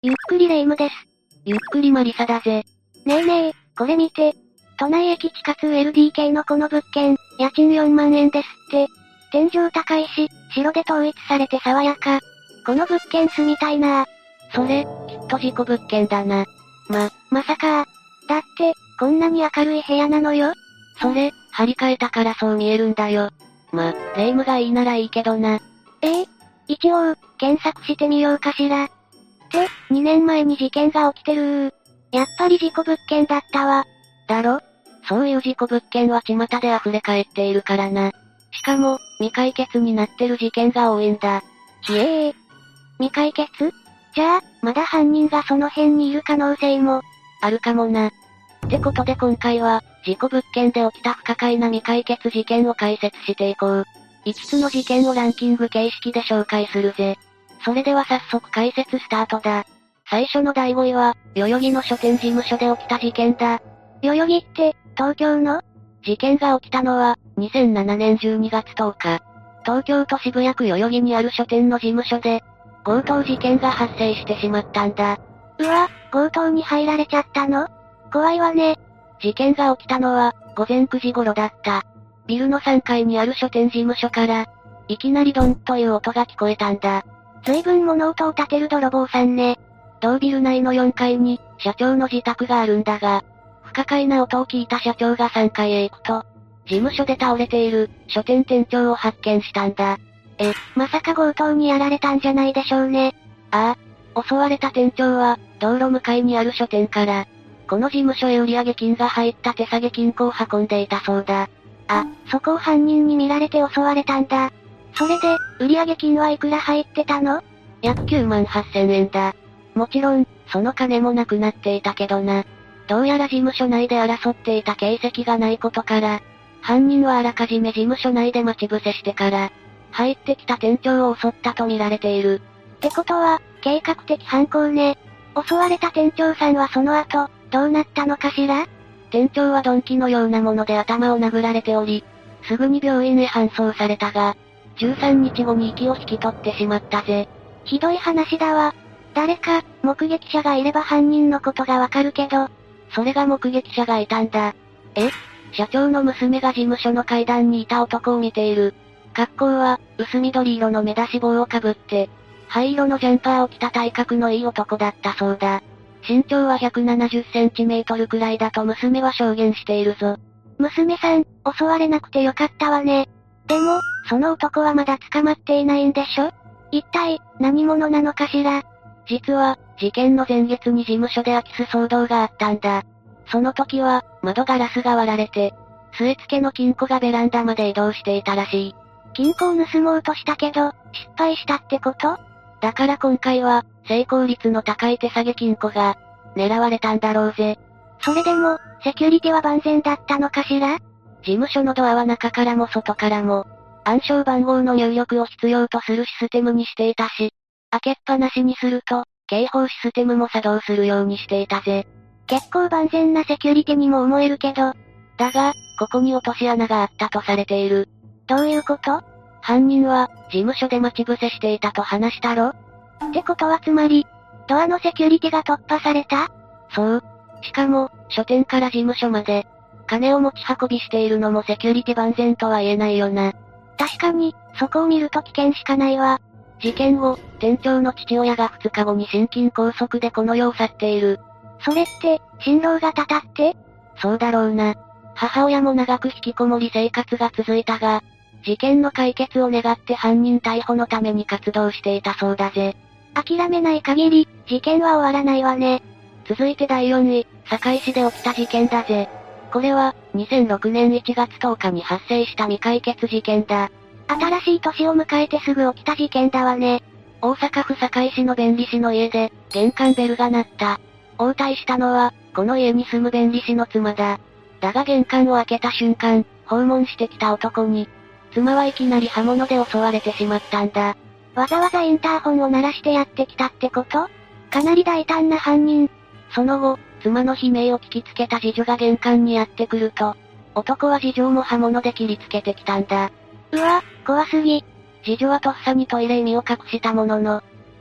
ゆっくりレ夢ムです。 ゆっくりマリサだぜ。 ねえねえ、これ見て。都内駅地下 2LDK のこの物件、家賃4万円ですって。天井高いし、白で統一されて爽やか。この物件住みたいな。 それ、きっと事故物件だな。 まさか。だって、こんなに明るい部屋なのよ。 それ、張り替えたからそう見えるんだよ。レ夢ムがいいならいいけどな。 一応、検索してみようかしら。2年前に事件が起きてる。やっぱり事故物件だったわ。 だろ？そういう事故物件は巷で溢れ返っているからな。しかも、未解決になってる事件が多いんだ。 未解決？じゃあ、まだ犯人がその辺にいる可能性も。 あるかもな。ってことで今回は、事故物件で起きた不可解な未解決事件を解説していこう。5つの事件をランキング形式で紹介するぜ。それでは早速解説スタートだ。最初の第5位は、代々木の書店事務所で起きた事件だ。 代々木って、東京の？ 事件が起きたのは、2007年12月10日。東京都渋谷区代々木にある書店の事務所で、強盗事件が発生してしまったんだ。 うわ、強盗に入られちゃったの？怖いわね。 事件が起きたのは、午前9時頃だった。ビルの3階にある書店事務所から、いきなりドンという音が聞こえたんだ。 随分物音を立てる泥棒さんね。 同ビル内の4階に、社長の自宅があるんだが、不可解な音を聞いた社長が3階へ行くと、事務所で倒れている、書店店長を発見したんだ。 まさか強盗にやられたんじゃないでしょうね。 ああ、襲われた店長は、道路向かいにある書店から、この事務所へ売上金が入った手提げ金庫を運んでいたそうだ。 そこを犯人に見られて襲われたんだ。それで、売上金はいくら入ってたの？ 約9万8000円だ。もちろん、その金もなくなっていたけどな。どうやら事務所内で争っていた形跡がないことから、犯人はあらかじめ事務所内で待ち伏せしてから、入ってきた店長を襲ったと見られている。 ってことは、計画的犯行ね。襲われた店長さんはその後、どうなったのかしら？ 店長は鈍器のようなもので頭を殴られており、すぐに病院へ搬送されたが、13日後に息を引き取ってしまったぜ。 ひどい話だわ。誰か、目撃者がいれば犯人のことがわかるけど、 それが目撃者がいたんだ。社長の娘が事務所の階段にいた男を見ている。格好は、薄緑色の目出し帽をかぶって、灰色のジャンパーを着た体格のいい男だったそうだ。身長は170センチメートルくらいだと娘は証言しているぞ。 娘さん、襲われなくてよかったわね。でも、その男はまだ捕まっていないんでしょ？一体、何者なのかしら？ 実は、事件の前月に事務所で空き巣騒動があったんだ。その時は、窓ガラスが割られて、据え付けの金庫がベランダまで移動していたらしい。 金庫を盗もうとしたけど、失敗したってこと？ だから今回は、成功率の高い手提げ金庫が、狙われたんだろうぜ。 それでも、セキュリティは万全だったのかしら？ 事務所のドアは中からも外からも、暗証番号の入力を必要とするシステムにしていたし、開けっぱなしにすると、警報システムも作動するようにしていたぜ。 結構万全なセキュリティにも思えるけど。 だが、ここに落とし穴があったとされている。 どういうこと？ 犯人は、事務所で待ち伏せしていたと話したろ？ ってことはつまり、ドアのセキュリティが突破された？ そう。しかも、書店から事務所まで、金を持ち運びしているのもセキュリティ万全とは言えないよな。 確かに、そこを見ると危険しかないわ。 事件後、店長の父親が2日後に心筋梗塞でこの世を去っている。 それって、心労がたたって？ そうだろうな。母親も長く引きこもり生活が続いたが、事件の解決を願って犯人逮捕のために活動していたそうだぜ。 諦めない限り、事件は終わらないわね。 続いて第4位、堺市で起きた事件だぜ。これは、2006年1月10日に発生した未解決事件だ。 新しい年を迎えてすぐ起きた事件だわね。 大阪府堺市の弁理士の家で、玄関ベルが鳴った。応対したのは、この家に住む弁理士の妻だ。だが玄関を開けた瞬間、訪問してきた男に、妻はいきなり刃物で襲われてしまったんだ。 わざわざインターホンを鳴らしてやってきたってこと？かなり大胆な犯人。 その後、妻の悲鳴を聞きつけた次女が玄関にやってくると、男は次女も刃物で切りつけてきたんだ。 うわ、怖すぎ。 次女はとっさにトイレへ身を隠したものの、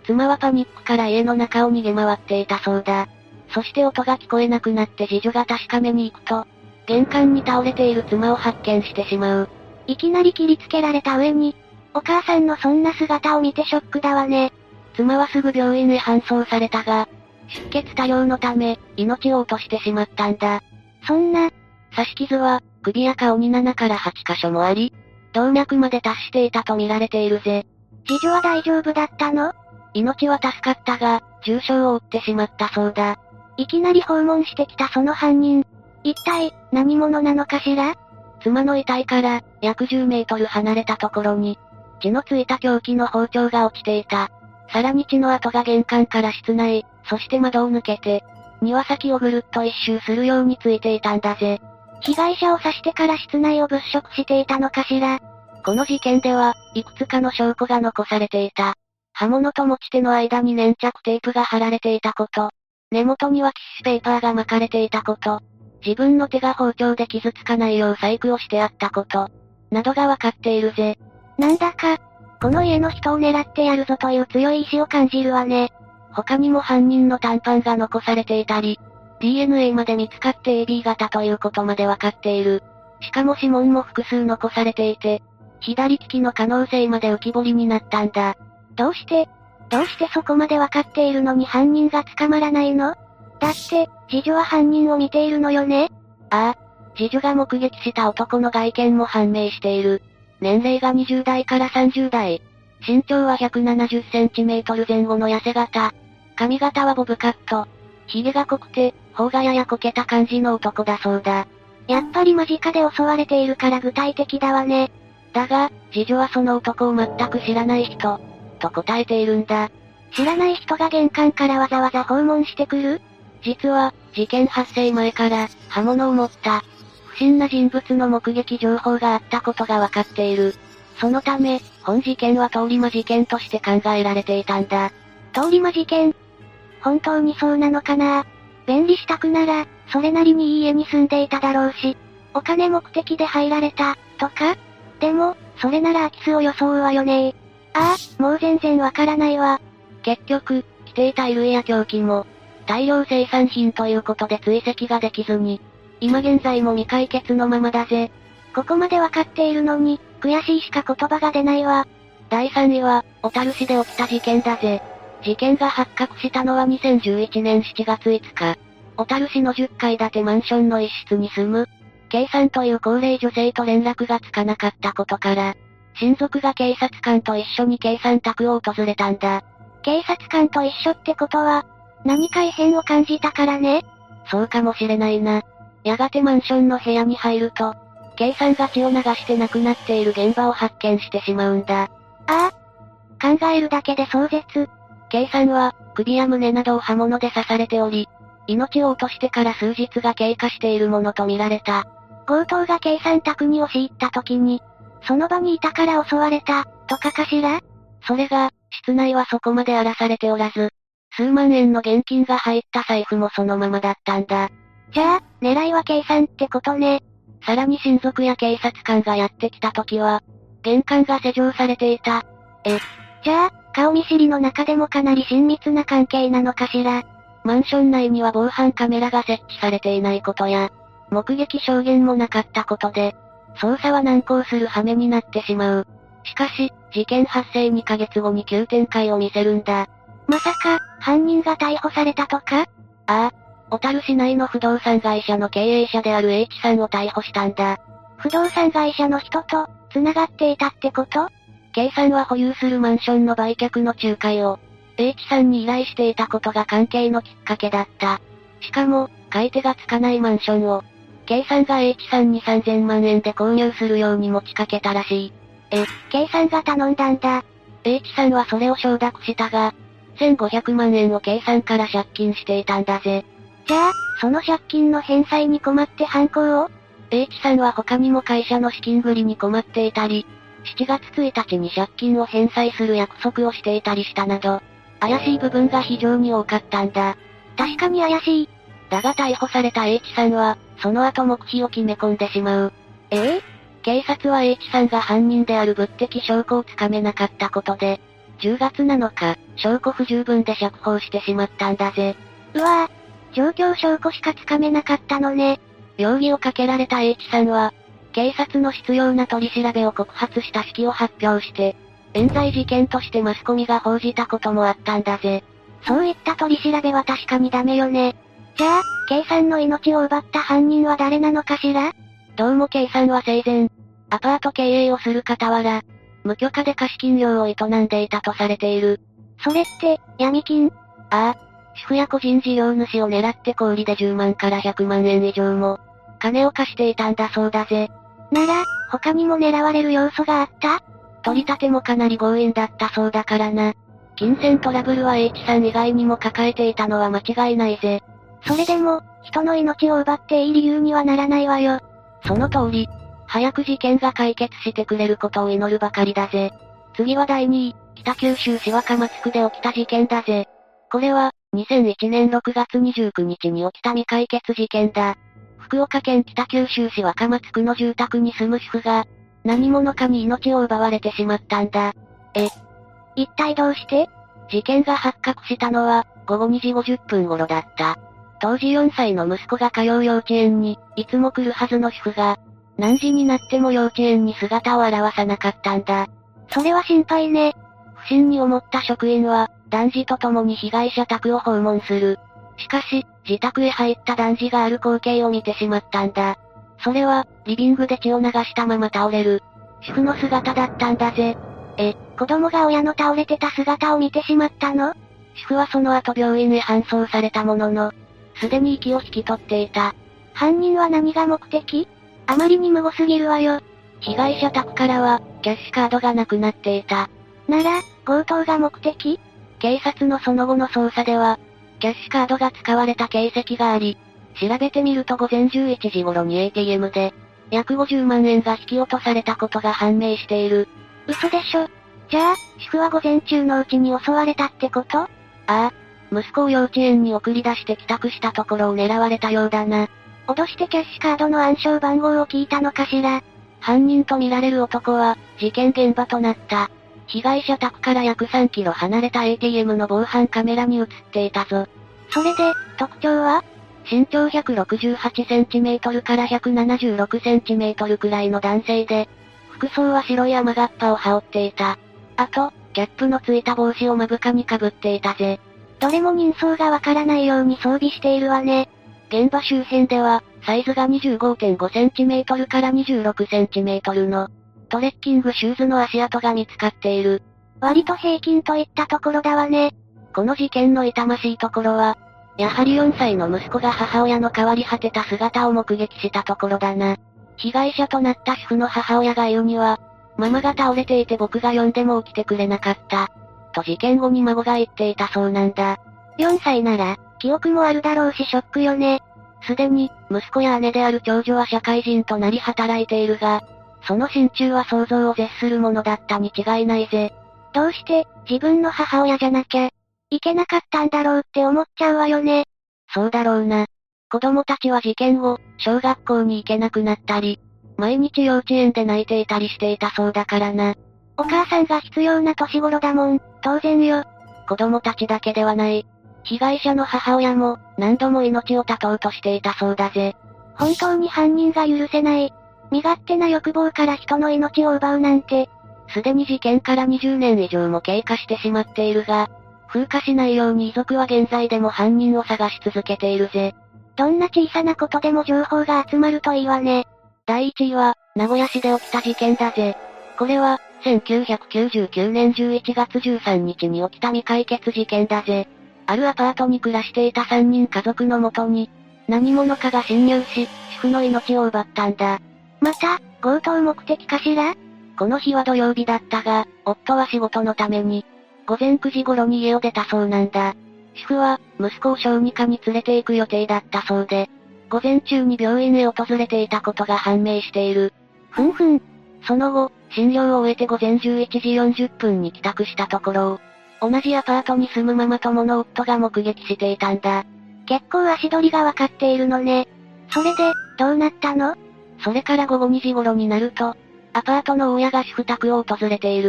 妻はパニックから家の中を逃げ回っていたそうだ。そして音が聞こえなくなって次女が確かめに行くと、玄関に倒れている妻を発見してしまう。 いきなり切りつけられた上に、お母さんのそんな姿を見てショックだわね。 妻はすぐ病院へ搬送されたが、出血多量のため、命を落としてしまったんだ。 そんな、 刺し傷は、首や顔に7から8箇所もあり、動脈まで達していたと見られているぜ。 次女は大丈夫だったの？ 命は助かったが、重傷を負ってしまったそうだ。 いきなり訪問してきたその犯人。一体、何者なのかしら？ 妻の遺体から、約10メートル離れたところに、血のついた凶器の包丁が落ちていた。さらに血の跡が玄関から室内、そして窓を抜けて、庭先をぐるっと一周するようについていたんだぜ。 被害者を刺してから室内を物色していたのかしら？ この事件では、いくつかの証拠が残されていた。刃物と持ち手の間に粘着テープが貼られていたこと。根元にはティッシュペーパーが巻かれていたこと。自分の手が包丁で傷つかないよう細工をしてあったこと。などがわかっているぜ。 なんだか、この家の人を狙ってやるぞという強い意志を感じるわね。 他にも犯人の短パンが残されていたり、DNA まで見つかって AB 型ということまでわかっている。しかも指紋も複数残されていて、左利きの可能性まで浮き彫りになったんだ。 どうしてそこまでわかっているのに犯人が捕まらないの？だって、次女は犯人を見ているのよね？ ああ、次女が目撃した男の外見も判明している。年齢が20代から30代。身長は170センチメートル前後の痩せ型。髪型はボブカット。髭が濃くて、頬がややこけた感じの男だそうだ。 やっぱり間近で襲われているから具体的だわね。 だが、次女はその男を全く知らない人、と答えているんだ。 知らない人が玄関からわざわざ訪問してくる？ 実は、事件発生前から、刃物を持った、不審な人物の目撃情報があったことがわかっている。そのため、本事件は通り魔事件として考えられていたんだ。 通り魔事件？本当にそうなのかな？便利したくなら、それなりにいい家に住んでいただろうし、お金目的で入られた、とか？でも、それなら空き巣を装うわよね。ああ、もう全然わからないわ。 結局、着ていた衣類や凶器も、大量生産品ということで追跡ができずに、今現在も未解決のままだぜ。 ここまでわかっているのに、悔しいしか言葉が出ないわ。 第3位は、小樽市で起きた事件だぜ。事件が発覚したのは2011年7月5日。小樽市の10階建てマンションの一室に住む、K さんという高齢女性と連絡がつかなかったことから、親族が警察官と一緒に K さん宅を訪れたんだ。 警察官と一緒ってことは、何か異変を感じたからね。 そうかもしれないな。やがてマンションの部屋に入ると、K さんが血を流して亡くなっている現場を発見してしまうんだ。 ああ。考えるだけで壮絶。 K さんは、首や胸などを刃物で刺されており、命を落としてから数日が経過しているものと見られた。 強盗が K さん宅に押し入った時に、その場にいたから襲われた、とかかしら？ それが、室内はそこまで荒らされておらず、数万円の現金が入った財布もそのままだったんだ。 じゃあ、狙いは K さんってことね。 さらに親族や警察官がやってきた時は、玄関が施錠されていた。 じゃあ、顔見知りの中でもかなり親密な関係なのかしら。 マンション内には防犯カメラが設置されていないことや、目撃証言もなかったことで、捜査は難航する羽目になってしまう。しかし、事件発生2ヶ月後に急展開を見せるんだ。 まさか、犯人が逮捕されたとか？ ああ、小樽市内の不動産会社の経営者である H さんを逮捕したんだ。 不動産会社の人と、繋がっていたってこと？ K さんは保有するマンションの売却の仲介を、H さんに依頼していたことが関係のきっかけだった。しかも、買い手がつかないマンションを、K さんが H さんに3000万円で購入するように持ちかけたらしい。 K さんが頼んだんだ。 H さんはそれを承諾したが、1500万円を K さんから借金していたんだぜ。 じゃあ、その借金の返済に困って犯行を？ H さんは他にも会社の資金繰りに困っていたり、7月1日に借金を返済する約束をしていたりしたなど、怪しい部分が非常に多かったんだ。 確かに怪しい。 だが逮捕された H さんは、その後黙秘を決め込んでしまう。警察は H さんが犯人である物的証拠をつかめなかったことで、 10月7日、証拠不十分で釈放してしまったんだぜ。 うわぁ、状況証拠しかつかめなかったのね。 容疑をかけられた H さんは、警察の執拗な取り調べを告発した指揮を発表して、冤罪事件としてマスコミが報じたこともあったんだぜ。 そういった取り調べは確かにダメよね。じゃあ、K さんの命を奪った犯人は誰なのかしら？ どうも K さんは生前、アパート経営をする傍ら、無許可で貸金業を営んでいたとされている。 それって、闇金？ ああ、主婦や個人事業主を狙って小売りで10万から100万円以上も、金を貸していたんだそうだぜ。 なら、他にも狙われる要素があった？ 取り立てもかなり強引だったそうだからな。金銭トラブルは H さん以外にも抱えていたのは間違いないぜ。 それでも、人の命を奪っていい理由にはならないわよ。 その通り。早く事件が解決してくれることを祈るばかりだぜ。次は第2位、北九州市若松区で起きた事件だぜ。これは、2001年6月29日に起きた未解決事件だ。福岡県北九州市若松区の住宅に住む主婦が、何者かに命を奪われてしまったんだ。 一体どうして？ 事件が発覚したのは、午後2時50分頃だった。当時4歳の息子が通う幼稚園に、いつも来るはずの主婦が、何時になっても幼稚園に姿を現さなかったんだ。 それは心配ね。 不審に思った職員は、男児と共に被害者宅を訪問する。しかし、自宅へ入った男児がある光景を見てしまったんだ。それは、リビングで血を流したまま倒れる、主婦の姿だったんだぜ。 子供が親の倒れてた姿を見てしまったの？ 主婦はその後病院へ搬送されたものの、すでに息を引き取っていた。 犯人は何が目的？あまりに無謀すぎるわよ。 被害者宅からは、キャッシュカードがなくなっていた。 なら、強盗が目的？ 警察のその後の捜査では、キャッシュカードが使われた形跡があり、調べてみると午前11時頃に ATM で、約50万円が引き落とされたことが判明している。 嘘でしょ。じゃあ、主婦は午前中のうちに襲われたってこと？ああ、息子を幼稚園に送り出して帰宅したところを狙われたようだな。 脅してキャッシュカードの暗証番号を聞いたのかしら。 犯人とみられる男は、事件現場となった。被害者宅から約3キロ離れた ATM の防犯カメラに映っていたぞ。 それで、特徴は？ 身長168センチメートルから176センチメートルくらいの男性で、服装は白い雨がっぱを羽織っていた。あと、キャップのついた帽子を目深にかぶっていたぜ。 どれも人相がわからないように装備しているわね。 現場周辺では、サイズが 25.5 センチメートルから26センチメートルの、トレッキングシューズの足跡が見つかっている。 割と平均といったところだわね。 この事件の痛ましいところは、やはり4歳の息子が母親の変わり果てた姿を目撃したところだな。被害者となった主婦の母親が言うには、ママが倒れていて僕が呼んでも起きてくれなかった。と事件後に孫が言っていたそうなんだ。 4歳なら、記憶もあるだろうしショックよね。 すでに、息子や姉である長女は社会人となり働いているが、その心中は想像を絶するものだったに違いないぜ。 どうして、自分の母親じゃなきゃ、いけなかったんだろうって思っちゃうわよね。 そうだろうな。子供たちは事件後、小学校に行けなくなったり、毎日幼稚園で泣いていたりしていたそうだからな。 お母さんが必要な年頃だもん、当然よ。 子供たちだけではない。被害者の母親も、何度も命を絶とうとしていたそうだぜ。 本当に犯人が許せない。身勝手な欲望から人の命を奪うなんて。 すでに事件から20年以上も経過してしまっているが、風化しないように遺族は現在でも犯人を探し続けているぜ。 どんな小さなことでも情報が集まるといいわね。 第1位は、名古屋市で起きた事件だぜ。これは、1999年11月13日に起きた未解決事件だぜ。あるアパートに暮らしていた3人家族のもとに、何者かが侵入し、主婦の命を奪ったんだ。 また、強盗目的かしら？ この日は土曜日だったが、夫は仕事のために、午前9時頃に家を出たそうなんだ。主婦は、息子を小児科に連れて行く予定だったそうで、午前中に病院へ訪れていたことが判明している。 ふんふん。 その後、診療を終えて午前11時40分に帰宅したところを、同じアパートに住むママ友の夫が目撃していたんだ。 結構足取りがわかっているのね。それで、どうなったの？ それから午後2時頃になると、アパートの大家が主婦宅を訪れている。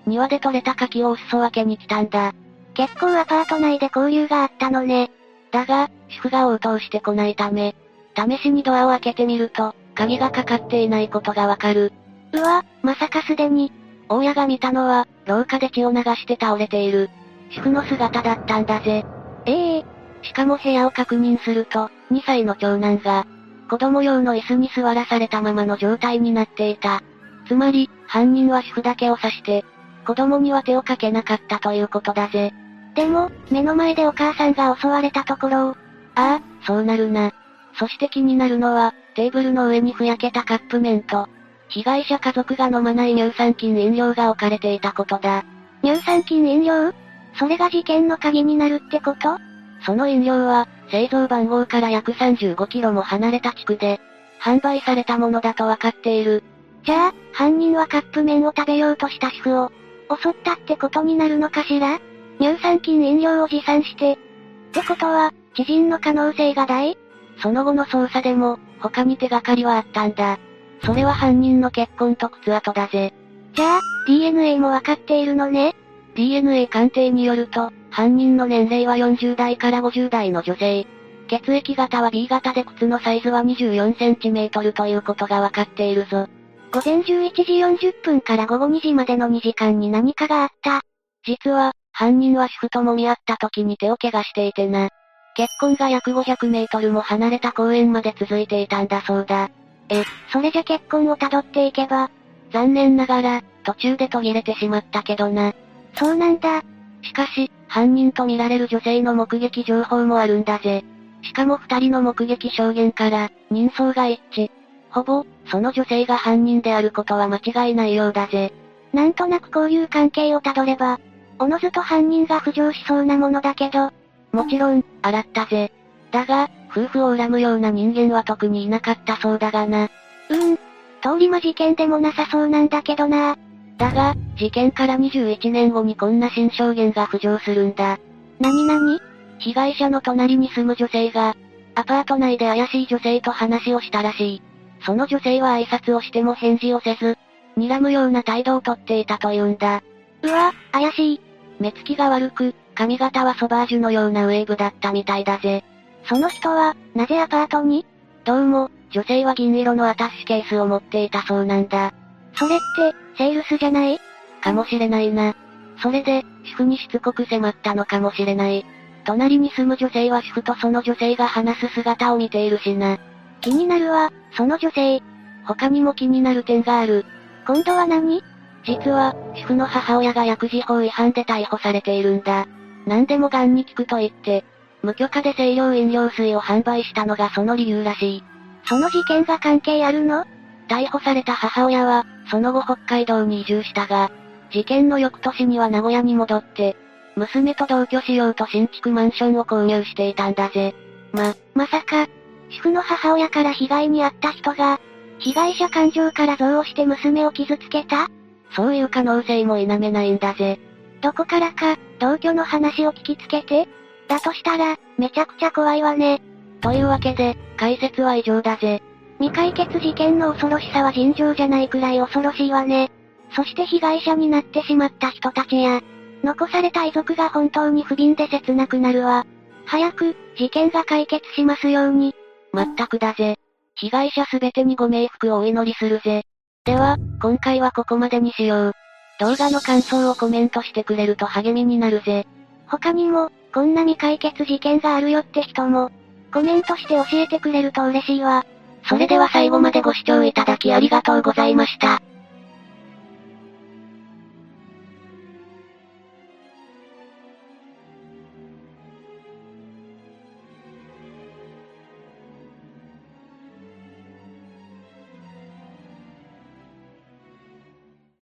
庭で採れた牡蠣をお裾分けに来たんだ。 結構アパート内で交流があったのね。 だが、主婦が応答してこないため、試しにドアを開けてみると、鍵がかかっていないことがわかる。 うわ、まさかすでに。 大家が見たのは、廊下で血を流して倒れている、主婦の姿だったんだぜ。しかも部屋を確認すると、2歳の長男が、子供用の椅子に座らされたままの状態になっていた。つまり、犯人は主婦だけを刺して、子供には手をかけなかったということだぜ。 でも、目の前でお母さんが襲われたところを。 ああ、そうなるな。そして気になるのは、テーブルの上にふやけたカップ麺と、被害者家族が飲まない乳酸菌飲料が置かれていたことだ。 乳酸菌飲料？それが事件の鍵になるってこと？ その飲料は、製造番号から約35キロも離れた地区で、販売されたものだとわかっている。 じゃあ、犯人はカップ麺を食べようとした主婦を、襲ったってことになるのかしら？乳酸菌飲料を持参して。ってことは、知人の可能性が大？ その後の捜査でも、他に手がかりはあったんだ。それは犯人の血痕と靴跡だぜ。 じゃあ、DNA もわかっているのね。 DNA 鑑定によると、犯人の年齢は40代から50代の女性。血液型は B 型で靴のサイズは24センチメートルということがわかっているぞ。 午前11時40分から午後2時までの2時間に何かがあった。 実は、犯人は主婦と揉み合った時に手を怪我していてな。血痕が約500メートルも離れた公園まで続いていたんだそうだ。 それじゃ血痕を辿っていけば。 残念ながら、途中で途切れてしまったけどな。 そうなんだ。 しかし、犯人と見られる女性の目撃情報もあるんだぜ。しかも2人の目撃証言から、人相が一致。ほぼ、その女性が犯人であることは間違いないようだぜ。 なんとなく交友関係をたどれば、おのずと犯人が浮上しそうなものだけど。 もちろん、洗ったぜ。だが、夫婦を恨むような人間は特にいなかったそうだがな。 通り魔事件でもなさそうなんだけどな。 だが、事件から21年後にこんな新証言が浮上するんだ。 なに？ 被害者の隣に住む女性が、アパート内で怪しい女性と話をしたらしい。その女性は挨拶をしても返事をせず、睨むような態度をとっていたというんだ。 うわ、怪しい。 目つきが悪く、髪型はソバージュのようなウェーブだったみたいだぜ。 その人は、なぜアパートに？ どうも、女性は銀色のアタッシュケースを持っていたそうなんだ。 それって、セールスじゃない？ かもしれないな。それで、主婦にしつこく迫ったのかもしれない。隣に住む女性は主婦とその女性が話す姿を見ているしな。 気になるわ、その女性。 他にも気になる点がある。 今度は何？ 実は、主婦の母親が薬事法違反で逮捕されているんだ。何でも癌に効くと言って、無許可で清涼飲料水を販売したのがその理由らしい。 その事件が関係あるの？ 逮捕された母親は、その後北海道に移住したが、事件の翌年には名古屋に戻って、娘と同居しようと新築マンションを購入していたんだぜ。 まさか、主婦の母親から被害に遭った人が、被害者感情から憎悪して娘を傷つけた？ そういう可能性も否めないんだぜ。 どこからか、同居の話を聞きつけて？だとしたら、めちゃくちゃ怖いわね。 というわけで、解説は以上だぜ。 未解決事件の恐ろしさは尋常じゃないくらい恐ろしいわね。そして被害者になってしまった人たちや、残された遺族が本当に不憫で切なくなるわ。早く、事件が解決しますように。 まったくだぜ。被害者すべてにご冥福をお祈りするぜ。では、今回はここまでにしよう。動画の感想をコメントしてくれると励みになるぜ。 他にも、こんな未解決事件があるよって人も、コメントして教えてくれると嬉しいわ。 それでは最後までご視聴いただき